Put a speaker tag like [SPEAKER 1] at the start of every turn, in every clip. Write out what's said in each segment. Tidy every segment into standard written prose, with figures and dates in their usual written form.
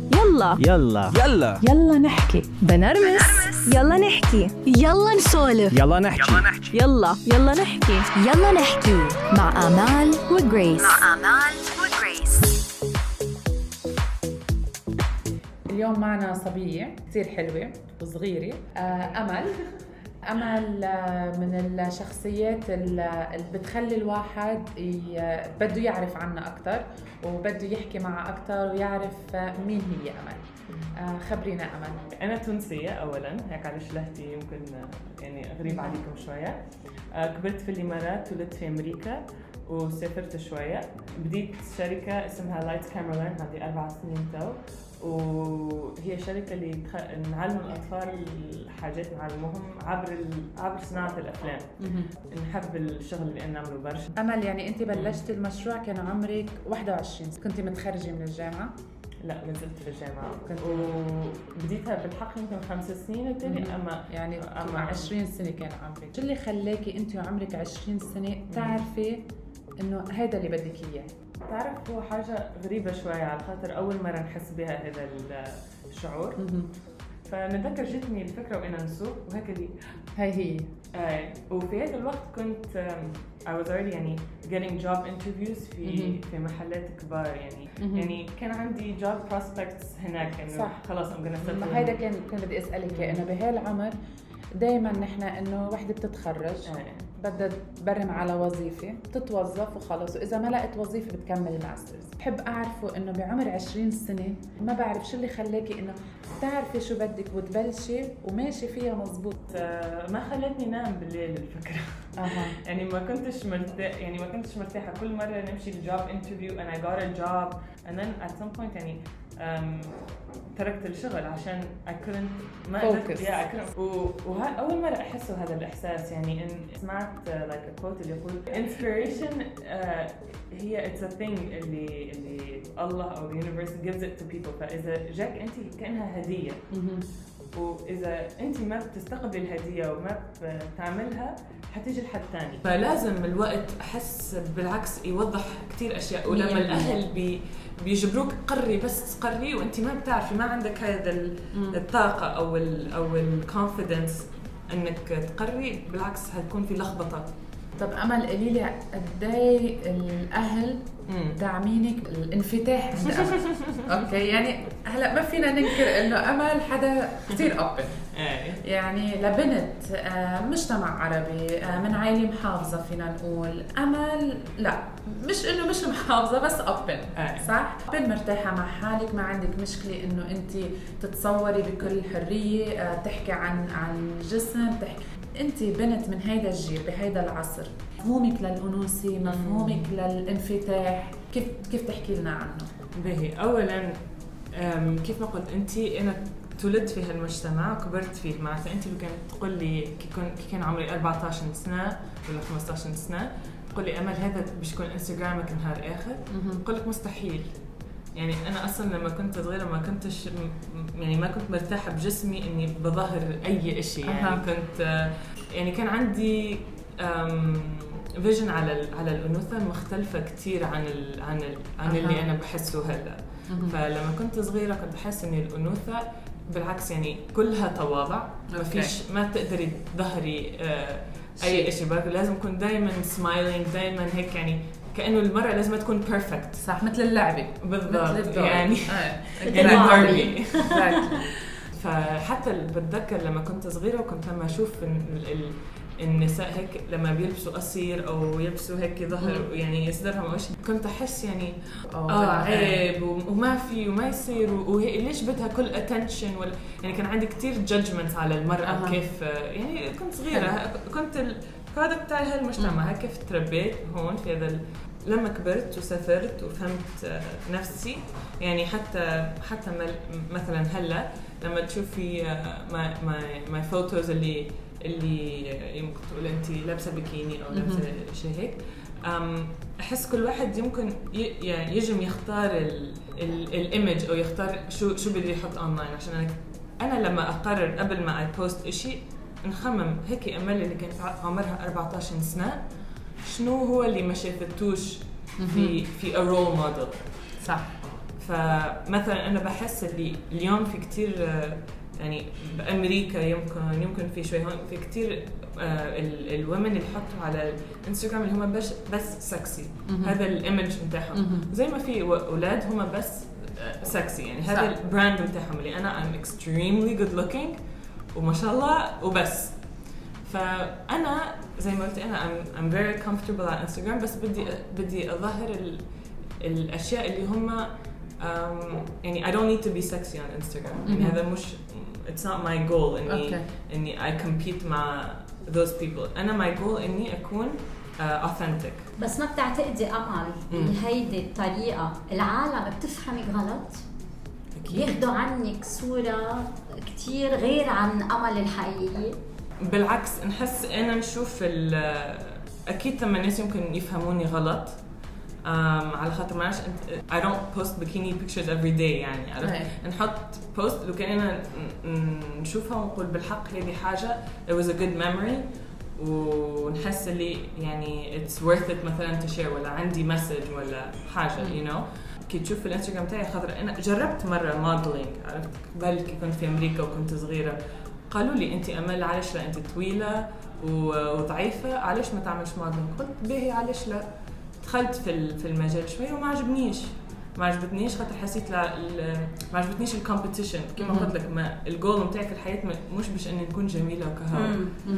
[SPEAKER 1] يلا
[SPEAKER 2] يلا
[SPEAKER 3] يلا
[SPEAKER 4] يلا نحكي.
[SPEAKER 1] بنرمس. يلا نحكي.
[SPEAKER 5] يلا نسولف.
[SPEAKER 2] يلا نحكي.
[SPEAKER 1] يلا نحكي.
[SPEAKER 5] يلا نحكي مع آمال وغريس.
[SPEAKER 4] اليوم معنا صبية كتير حلوة وصغيرة، أمل من الشخصيات اللي بتخلي الواحد بده يعرف عنها أكتر وبده يحكي معها أكتر ويعرف مين هي أمل. خبرينا أمل.
[SPEAKER 6] أنا تونسية أولاً، هيك على شلهتي يمكن يعني غريب عليكم شوية. كبرت في الإمارات، ولدت في أمريكا وسافرت شوية. بديت شركة اسمها لايت كاميرلاين، عندي 4 سنين تو، وهي شركة اللي نعلم الأطفال الحاجات نعلمهم عبر صناعة الأفلام. نحب الشغل اللي أنا نعمله برشا.
[SPEAKER 4] أمل، يعني أنت بلشت المشروع كان عمرك 21، كنت متخرجة من الجامعة؟
[SPEAKER 6] لا، ما زلت في الجامعة، وبديتها بالحق يمكن 5 سنين وبالتالي
[SPEAKER 4] يعني 20 سنة كان عمرك. شو اللي خلاكي أنت وعمرك 20 سنة تعرفي إنه هذا اللي بدك إياه؟
[SPEAKER 6] تعرف، هو حاجة غريبة شوية على خاطر أول مرة نحس بها هذا الشعور. فنتذكر جتني الفكرة وأنا نسوق وهيك لي
[SPEAKER 4] هي
[SPEAKER 6] وفي هذا الوقت كنت I was already يعني getting job interviews في محلات كبار يعني كان عندي job prospects هناك إنه خلاص I'm gonna settle.
[SPEAKER 4] هيدا كان بدي أسألك إنه بهالعمر دايما نحن إنه وحدة بتتخرج بدها تبرم على وظيفة، تتوظف وخلص، وإذا ما لقيت وظيفة بتكمل ماسترز. بحب أعرفه إنه بعمر 20 سنة ما بعرف شو اللي خلاكي إنه تعرفي شو بدك وتبلشي وماشي فيها مزبوط.
[SPEAKER 6] ما خلتني نام بالليل الفكرة. يعني ما كنتش مرتاحة كل مرة نمشي الجوب انترفيو and I got a job and then at some point يعني تركت الشغل عشان I couldn't أول مرة أحسه هذا الإحساس. يعني إن سمعت like a quote اللي يقول inspiration هي it's a thing اللي الله أو the universe gives it to people. فإذا جاك أنت كأنها هدية، وإذا أنت ما بتستقبل الهدية وما بتعملها حتيجي لحد تاني. فلازم الوقت أحس بالعكس يوضح كتير أشياء. ولما الأهل بيجبروك قري بس قري وأنت ما بتعرفي، ما عندك هذا الطاقة أو الكونفيدنس إنك تقري، بالعكس هتكون في لخبطة.
[SPEAKER 4] طب أمل، قولي لي قدي الأهل داعمينك الانفتاح عند أمل؟ أوكي، يعني هلا ما فينا ننكر إنه أمل حدا كتير أوبن. يعني لبنت مجتمع عربي من عائلة محافظة فينا نقول. أمل لا، مش إنه مش محافظة بس أوبن، صح؟ أوبن، مرتاحة مع حالك، ما عندك مشكلة إنه أنت تتصوري بكل حرية، تحكي عن جسم، تحكي. أنت بنت من هيدا الجيل بهيدا العصر، مفهومك للأنوثة، مفهومك للانفتاح، كيف تحكي لنا عنه؟
[SPEAKER 6] باهي، أولاً كيف ما قلت أنت، أنا تولدت في هالمجتمع وكبرت فيه. معناتها أنت كانت تقول لي كي كان عمري 14 سنة ولا 15 سنة تقول لي أمل هذا باش يكون انستغرامك نهار آخر، أقول لك مستحيل. يعني أنا أصلاً لما كنت صغيرة ما كنت مرتاحة بجسمي إني بظهر أي إشي. يعني كنت يعني كان عندي فيجن على الأنوثة مختلفة كتير عن اللي أنا بحسه هلا. فلما كنت صغيرة كنت بحس إن الأنوثة بالعكس يعني كلها تواضع، ما تقدري تظهري أي إشي، لازم يكون دايماً سمايلينج، دايماً هيك، يعني كأنه المرأة لازم تكون بيرفكت.
[SPEAKER 4] صح، مثل اللعبة
[SPEAKER 6] بالضبط. يعني باربي. فحتى بتذكر لما كنت صغيرة وكنت لما أشوف النساء هيك لما بيلبسوا قصير أو يلبسوا هيك ظهر يعني يصدرهم أو شيء، كنت أحس يعني عيب وما يصير وليش بدها كل attention يعني كان عندي كتير judgment على المرأة. كيف يعني كنت صغيرة كنت البرودكت بتاع هالمجتمع. كيف تربيت هون في هذا. لما كبرت وسافرت وفهمت نفسي، يعني حتى مثلا هلا لما تشوفي ماي فوتوز اللي يمكن تقول انت لابسه بيكيني او لابسه شيء هيك، احس كل واحد يمكن يعني يجم يختار الايمج او يختار شو بده يحط اونلاين. عشان انا لما اقرر قبل ما اي بوست اشي نخمم هيك. امل اللي كانت عمرها 14 سنه شنو هو اللي ما شافتوش في a role model.
[SPEAKER 4] صح.
[SPEAKER 6] فمثلا انا بحس اللي اليوم في كتير يعني بامريكا يمكن في شوي هون في كتير الومن اللي يحطوا على الانستغرام اللي هم بس سكسي. هذا الايمج بتاعهم زي ما في اولاد هم بس سكسي، يعني هذا البراند بتاعهم اللي انا I'm extremely good looking وما شاء الله وبس. فانا زي ما قلت انا I'm very comfortable على انستغرام، بس بدي اظهر الاشياء اللي هم يعني I don't need to be sexy on Instagram. يعني هذا مش it's not my goal اني I compete مع those people. انا my goal اني اكون authentic.
[SPEAKER 2] بس ما بتعتقدي أمل بهيدي الطريقة العالم بتفهمك غلط؟ ياخدوا عنك صورة كتير غير عن أمل الحقيقية؟
[SPEAKER 6] بالعكس نحس أنا نشوف أكيد ثم الناس يمكن يفهموني غلط على خاطر ماش I don't post bikini pictures every day. يعني عرفت نحط post لو كأننا نشوفها ونقول بالحق هذه حاجة it was a good memory ونحس اللي يعني it's worth it مثلا تشير ولا عندي مسج ولا حاجة you know. كي تشوف الانستغرام تاعي خاطر أنا جربت مرة موديلينج، عرفت قبل كي كنت في أمريكا وكنت صغيرة قالوا لي أنت أمل علاش لا أنت طويلة وضعيفة علاش ما تعملش موديلينج؟ قلت باهي علاش لا. دخلت في المجال شوي وما عجبتنيش خاطر حسيت ما عجبتنيش الكومبيتيشن. كما قلت لك ما الجول نتاعي في الحياه مش باش اني نكون جميله وكهو.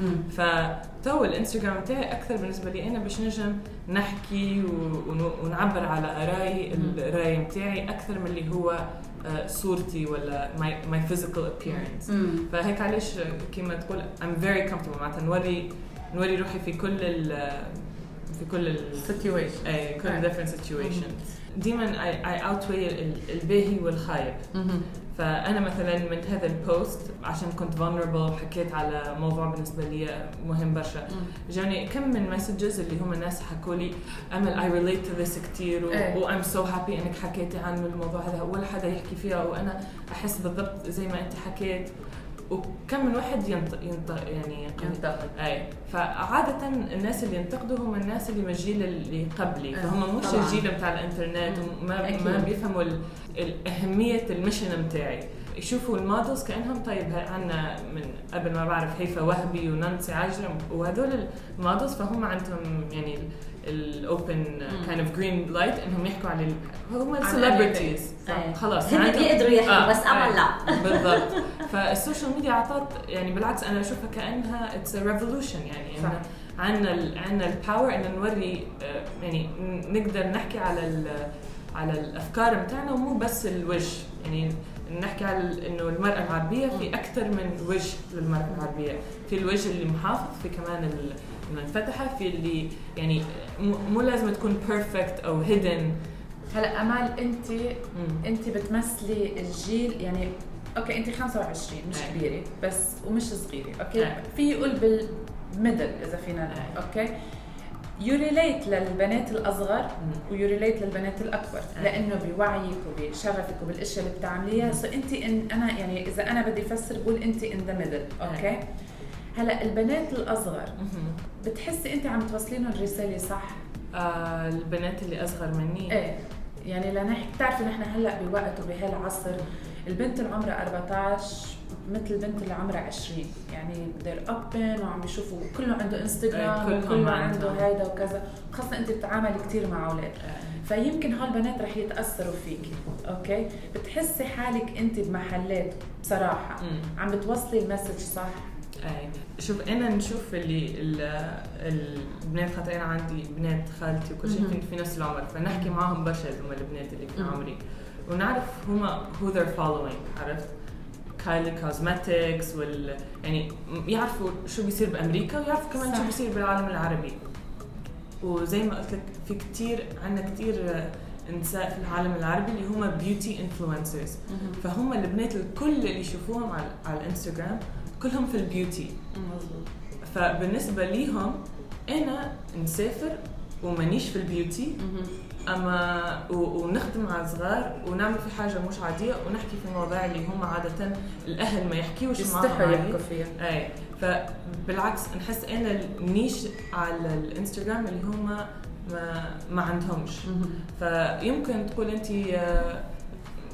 [SPEAKER 6] فتو الانستغرام نتاعي اكثر بالنسبه لي انا باش نجم نحكي ونعبر على ارائي الراي نتاعي اكثر من اللي هو صورتي ولا my physical appearance. فهيك علاش كما تقول I'm very comfortable معناتها نوري روحي في كل situation كل different situations. ديما I outweigh الباهي والخايب. فأنا مثلا من هذا البوست عشان كنت vulnerable وحكيت على موضوع بالنسبة لي مهم برشا جاني كم من messages اللي هم الناس حكوا لي أمل I relate to this كتير و I'm so happy إنك حكيتي عن الموضوع هذا ولا حدا يحكي فيها وأنا أحس بالضبط زي ما أنت حكيت. وكم من واحد ينطق فعادة الناس اللي ينتقدوا هم الناس اللي من الجيل اللي قبلي فهم مش الجيل بتاع الانترنت وما بيفهموا الأهمية المشن متاعي. يشوفوا المودلز كأنهم طيب عنا من قبل ما بعرف هيفا وهبي ونانسي عجرم وهذول المودلز فهم عندهم يعني الأوبن kind of green light إنهم يحكوا على هم السليبرتيز خلاص
[SPEAKER 2] هم بيقدروا يحكوا بس أمل لا.
[SPEAKER 6] بالضبط. فالسوشيال ميديا عطت يعني بالعكس أنا أشوفها كأنها it's a revolution يعني عنا الباور إن نوري يعني نقدر نحكي على الأفكار متاعنا ومو بس الوجه. يعني نحكي على إنه المرأة العربية في أكثر من وجه للمرأة العربية. في الوجه اللي محافظ في كمان المنفتحة في اللي يعني مو لازم تكون perfect أو hidden.
[SPEAKER 4] هلا أمال أنت بتمثلي الجيل يعني أوكي أنت 25 مش كبيرة بس ومش صغيرة أوكي في يقول بالميدل إذا فينا أوكي يوريليت للبنات الأصغر ويوريليت للبنات الأكبر لأنه بوعيك وبشغفك وبالأشياء اللي بتعمليها أنت أنا يعني إذا أنا بدي أفسر بقول أنت in the middle أوكي. هلا البنات الأصغر بتحسي أنت عم توصلينهم الرسالة صح؟
[SPEAKER 6] البنات اللي أصغر مني
[SPEAKER 4] يعني لنحكي بتعرفي نحن هلا بوقت وبهالعصر البنت اللي عمرها 14 مثل البنت اللي عمرها 20 يعني they're open وعم بيشوفوا كله عنده انستغرام وكله عنده هيدا وكذا خاصة انت بتتعاملي كتير مع اولاد فيمكن هالبنات رح يتأثروا فيكي اوكي. بتحسي حالك انت بمحلات بصراحة عم بتوصلي المسج صح؟
[SPEAKER 6] شوف انا نشوف اللي البنات خاطر انا عندي بنات خالتي وكل شيء في نفس العمر فنحكي معهم برشا هم البنات اللي في عمري ونعرف هما who they're following. عرفت كايلي كوزماتكس يعني يعرفوا شو بيصير بأمريكا ويعرفوا كمان شو بيصير بالعالم العربي. وزي ما قلت لك في عندنا كتير نساء في العالم العربي اللي هما بيوتي انفلونسرز فهم البنات الكل اللي يشوفوهم على الانستغرام كلهم في البيوتي. فبالنسبة ليهم أنا نسافر ومانيش في البيوتي أما ونخدم مع الصغار ونعمل في حاجة مش عادية ونحكي في مواضيع اللي هم عادة الأهل ما يحكيوش معهم
[SPEAKER 4] يحكوا فيها.
[SPEAKER 6] فبالعكس نحس أنا النيش على الانستغرام اللي هم ما عندهمش. فيمكن تقول أنت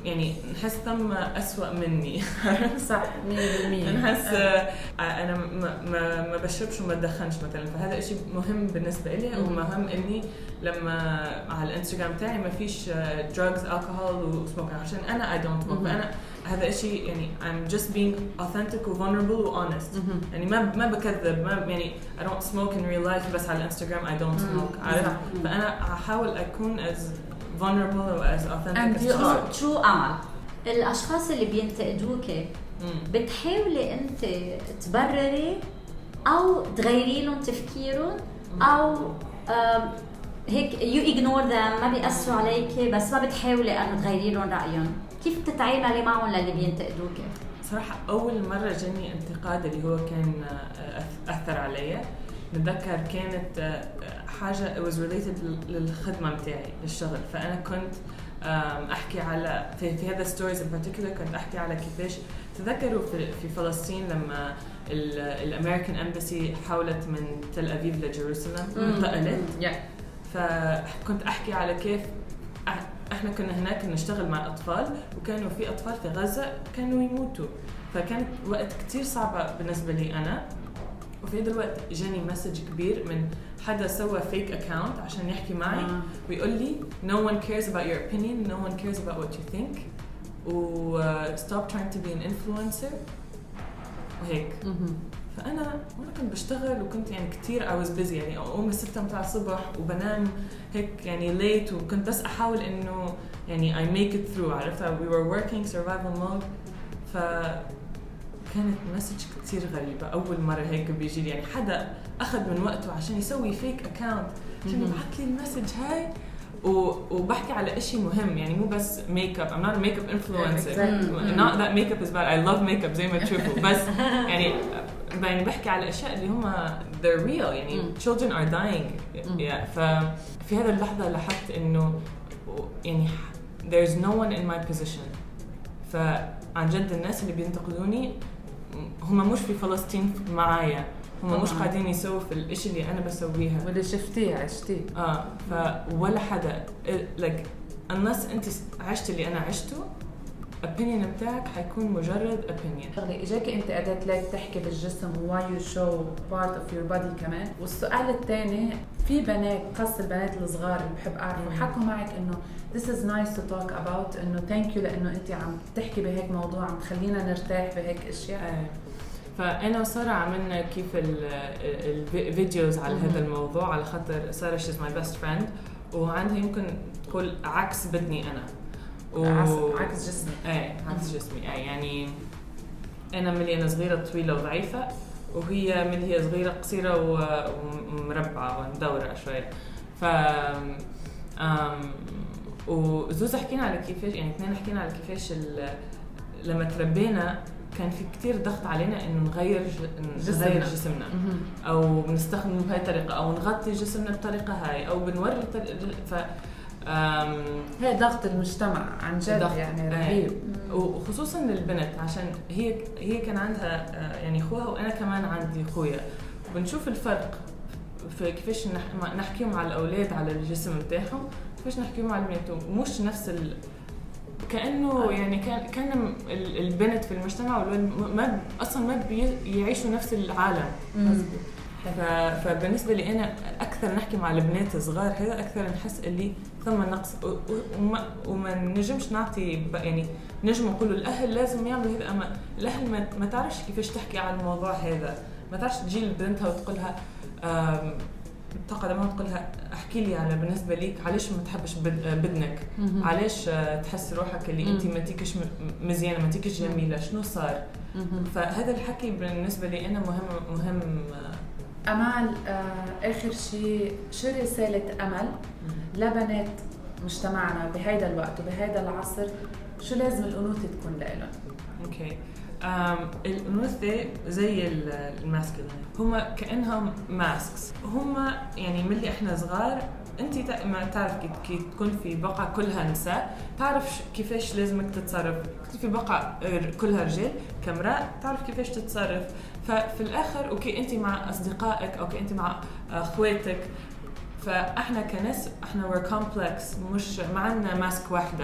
[SPEAKER 6] يعني نحس ثم أسوأ مني.
[SPEAKER 4] صح 100%.
[SPEAKER 6] نحس أنا ما بشربش وما بدخنش مثلا، فهذا إشي مهم بالنسبة لي. ومهم إني لما على الانستغرام تاعي ما فيش drugs alcohol وسموك، عشان أنا I don't smoke. فأنا هذا إشي يعني I'm just being authentic و vulnerable و honest. يعني ما بكذب، ما يعني I don't smoke in real life، بس على الانستغرام I don't smoke. عارف؟ فأنا هحاول أكون as vulnerable و as authentic.
[SPEAKER 2] شو أمل الأشخاص اللي بينتقدوك بتحاولي أنت تبرري أو تغيري لهم تفكيرهم أو هيك you ignore them، ما بيأثروا عليك بس ما بتحاولي أن تغيري لهم رأيهم؟ كيف بتتعاملي معهم للي بينتقدوك؟
[SPEAKER 6] صراحة أول مرة جاني انتقاد اللي هو كان أثر علي، نتذكر كانت حاجة it was related للخدمة متاعي للشغل. فأنا كنت أحكي على في هذا stories in particular كنت أحكي على كيفاش تذكروا في فلسطين لما الأمريكان أمباسي حاولت من تل أبيب لجيروسلم انتقلت. فكنت أحكي على كيف احنا كنا هناك نشتغل مع الأطفال، وكانوا في أطفال في غزة كانوا يموتوا، فكانت وقت كتير صعبة بالنسبة لي أنا. وفي هذا الوقت جاني مسج كبير من حدا سوى fake account عشان يحكي معي ويقول لي no one cares about your opinion, no one cares about what you think, و stop trying to be an influencer وهيك. فأنا كنت بشتغل وكنت يعني كتير I was busy، يعني أقوم 6 متاع الصبح وبنام هيك يعني late، وكنت بس أحاول إنه يعني I make it through. عرفت we were working survival mode. فكانت مسج كتير غريبة أول مرة هيك بيجي لي، يعني حدا أخذ من وقته عشان يسوي fake account عشان يبعث لي المسج هاي، وبحكي على إشي مهم، يعني مو بس makeup. I'm not a makeup influencer. Not that makeup is bad. I love makeup زي ما تشوفوا، بس يعني بحكي على أشياء اللي هما they're real، يعني children are dying. ففي هذا اللحظة لاحظت إنه يعني there's no one in my position. فعن جد الناس اللي بينتقدوني هما مش في فلسطين معايا، هما مش قاعدين يسووا في الإشي اللي أنا بسويها
[SPEAKER 4] واللي شفتيه عشتيه.
[SPEAKER 6] فولا حدا like unless أنت عشت اللي أنا عشته opinion بتاعك حيكون مجرد opinion.
[SPEAKER 4] إجاكي أنت أداة ليك تحكي بالجسم why you show part of your body كمان. والسؤال الثاني، في بنات خاصة البنات الصغار اللي بحب أعرفوا حكوا معك إنه this is nice to talk about، إنه thank you لأنه أنت عم تحكي بهيك موضوع، عم تخلينا نرتاح بهيك أشياء.
[SPEAKER 6] فأنا وسارة عملنا كيف الفيديوز على هذا الموضوع، على خاطر سارة she's my best friend وعندها يمكن تقول عكس بدني أنا
[SPEAKER 4] عكس جسمي.
[SPEAKER 6] عكس جسمي. يعني أنا ملي أنا صغيرة طويلة وضعيفة، وهي ملي هي صغيرة قصيرة ومربعة ومدورة شوية. وزوز حكينا على كيفاش، يعني اثنين حكينا على كيفاش لما تربينا كان في كتير ضغط علينا إنه نغير جسمنا أو بنستخدمه بهاي الطريقة أو نغطي جسمنا بطريقة هاي أو بنوري
[SPEAKER 4] هي ضغط المجتمع عن جد يعني رهيب.
[SPEAKER 6] وخصوصا للبنت عشان هي كان عندها يعني اخوها وانا كمان عندي اخويا، وبنشوف الفرق في كيفاش نحكيهم على الاولاد على الجسم بتاعهم، كيفاش نحكيهم على البنات، ومش نفس كانه يعني كان البنت في المجتمع والولد اصلا ما بيعيشوا نفس العالم. فبالنسبة لي أنا أكثر نحكي مع البنات الصغار هذا أكثر نحس اللي ثم نقص، وما نجمش نعطي يعني نجم نقولوا الأهل لازم يعملوا هذا، أما الأهل ما تعرفش كيفاش تحكي عن الموضوع هذا، ما تعرفش تجي لبنتها وتقولها تقعد معها وتقولها احكي لي على بالنسبة ليك علاش ما تحبش بدنك، علاش تحس روحك اللي أنت ما تيكش مزيانة ما تيكش جميلة، شنو صار. فهذا الحكي بالنسبة لي أنا مهم.
[SPEAKER 4] أمال، آخر شيء شو رسالة أمل لبنات مجتمعنا بهيدا الوقت وبهيدا العصر؟ شو لازم الأنوثة تكون لهم؟
[SPEAKER 6] أوكي. الأنوثة زي الماسكلين، هما كأنهم ماسكس، هما يعني ملي إحنا صغار أنت ما تعرف كي تكون في بقعة كلها نساء تعرف كيفاش لازمك تتصرف، في بقعة كلها رجال كامرأة تعرف كيفاش تتصرف. ففي الآخر أوكي أنت مع أصدقائك أو أنت مع أخواتك، فإحنا كناس إحنا we're complex، مش معنا ماسك واحدة،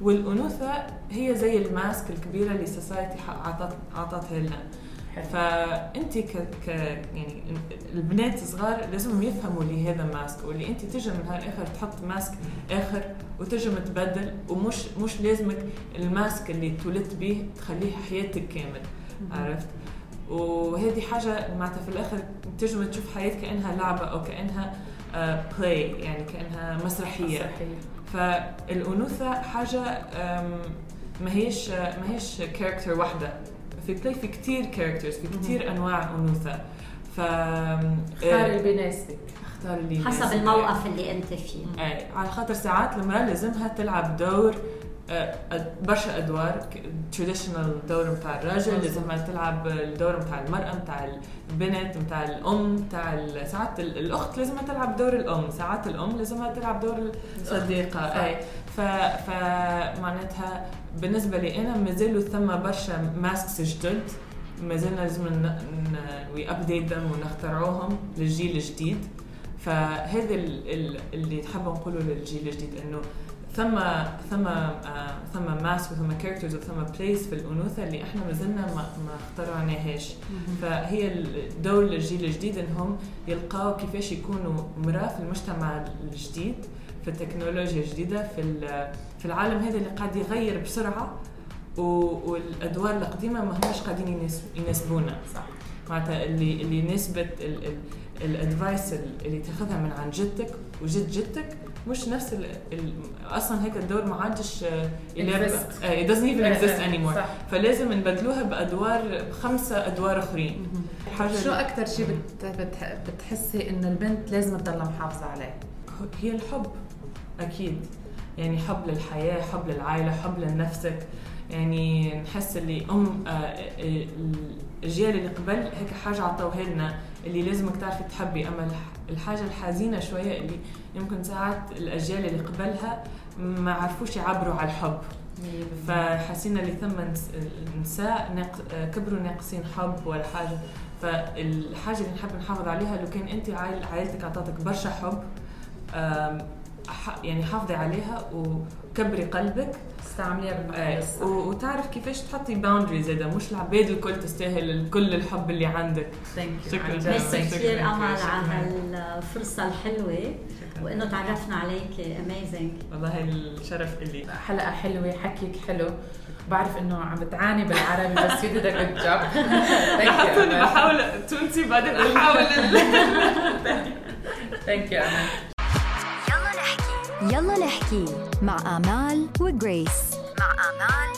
[SPEAKER 6] والأنوثة هي زي الماسك الكبيرة اللي سوسايتي عطتها لنا. فأنت يعني البنات الصغار لازم يفهموا لي هذا ماسك، واللي أنت تجي من هالآخر تحط ماسك آخر وتجي تبدل، ومش لازمك الماسك اللي تولدت به تخليه حياتك كامل. عرفت؟ وهذه حاجة معناتها في الآخر تجي تشوف حياتك كأنها لعبة أو كأنها بلاي، يعني كأنها مسرحية. فالأنوثة حاجة ما هيش كاركتر واحدة، في بلاي في كتير كاركترز، في كتير أنواع أنوثة.
[SPEAKER 4] اختار اللي بيناسبك،
[SPEAKER 6] اختار اللي
[SPEAKER 2] حسب الموقف اللي أنت فيه.
[SPEAKER 6] على خاطر ساعات المرأة لازمها تلعب دور برشا أدوار traditional، دور متاع الرجل لازمها تلعب الدور متاع المرأة، متاع البنت، متاع الأم، متاع ساعات الأخت لازمها تلعب دور الأم، ساعات الأم لازمها تلعب دور الصديقة. فمعناتها بالنسبة لي أنا مازالوا ثم برشا ماسكس جدد، مازلنا لازم ويأبديت them ونخترعوهم للجيل الجديد. فهذا اللي تحب نقوله للجيل الجديد، إنه ثم ماسك وثم كاركترز وثم بليس في الأنوثة اللي احنا مازلنا ما اخترعناهاش. فهي الدور للجيل الجديد انهم يلقاو كيفاش يكونوا مرأة في المجتمع الجديد، في التكنولوجيا الجديدة، في العالم هذا اللي قاعد يغير بسرعة، والأدوار القديمة ما هماش قاعدين يناسبونا.
[SPEAKER 4] صح.
[SPEAKER 6] معناتها اللي يناسبت الادفايس اللي تاخذها من عن جدك وجد جدك مش نفس اصلا هيك الدور ما عادش it doesn't even exist anymore. فلازم نبدلوها بادوار 5 ادوار اخرين.
[SPEAKER 4] شو اكثر شيء بتحسي ان البنت لازم تضل محافظه عليه؟
[SPEAKER 6] هي الحب اكيد، يعني حب للحياه، حب للعائله، حب لنفسك. يعني نحس اللي الأجيال اللي قبل هيك حاجة عطوها لنا اللي لازمك تعرفي تحبي. أما الحاجة الحزينة شوية اللي يمكن ساعات الأجيال اللي قبلها ما عرفوش يعبروا على الحب، فحسينا اللي ثم نساء كبروا ناقصين حب ولا حاجة. فالحاجة اللي نحب نحافظ عليها لو كان أنت عائلتك عطاتك برشا حب، يعني حافظي عليها وكبري قلبك،
[SPEAKER 4] استعمليها بالمقاييس،
[SPEAKER 6] وتعرف كيفاش تحطي باوندريز. هذا مش العباد الكل تستاهل كل الحب اللي عندك.
[SPEAKER 2] شكرا كثير أمل على الفرصة الحلوة وإنه تعرفنا عليك. أميزنج
[SPEAKER 6] والله الشرف اللي
[SPEAKER 4] حلقة حلوة، حكيك حلو. بعرف إنه عم بتعاني بالعربي بس you did a good job.
[SPEAKER 6] لاحظتوني بحاول تونسي بعدين أحاول
[SPEAKER 4] Thank you أمال.
[SPEAKER 5] يلا نحكي مع آمال وغريس.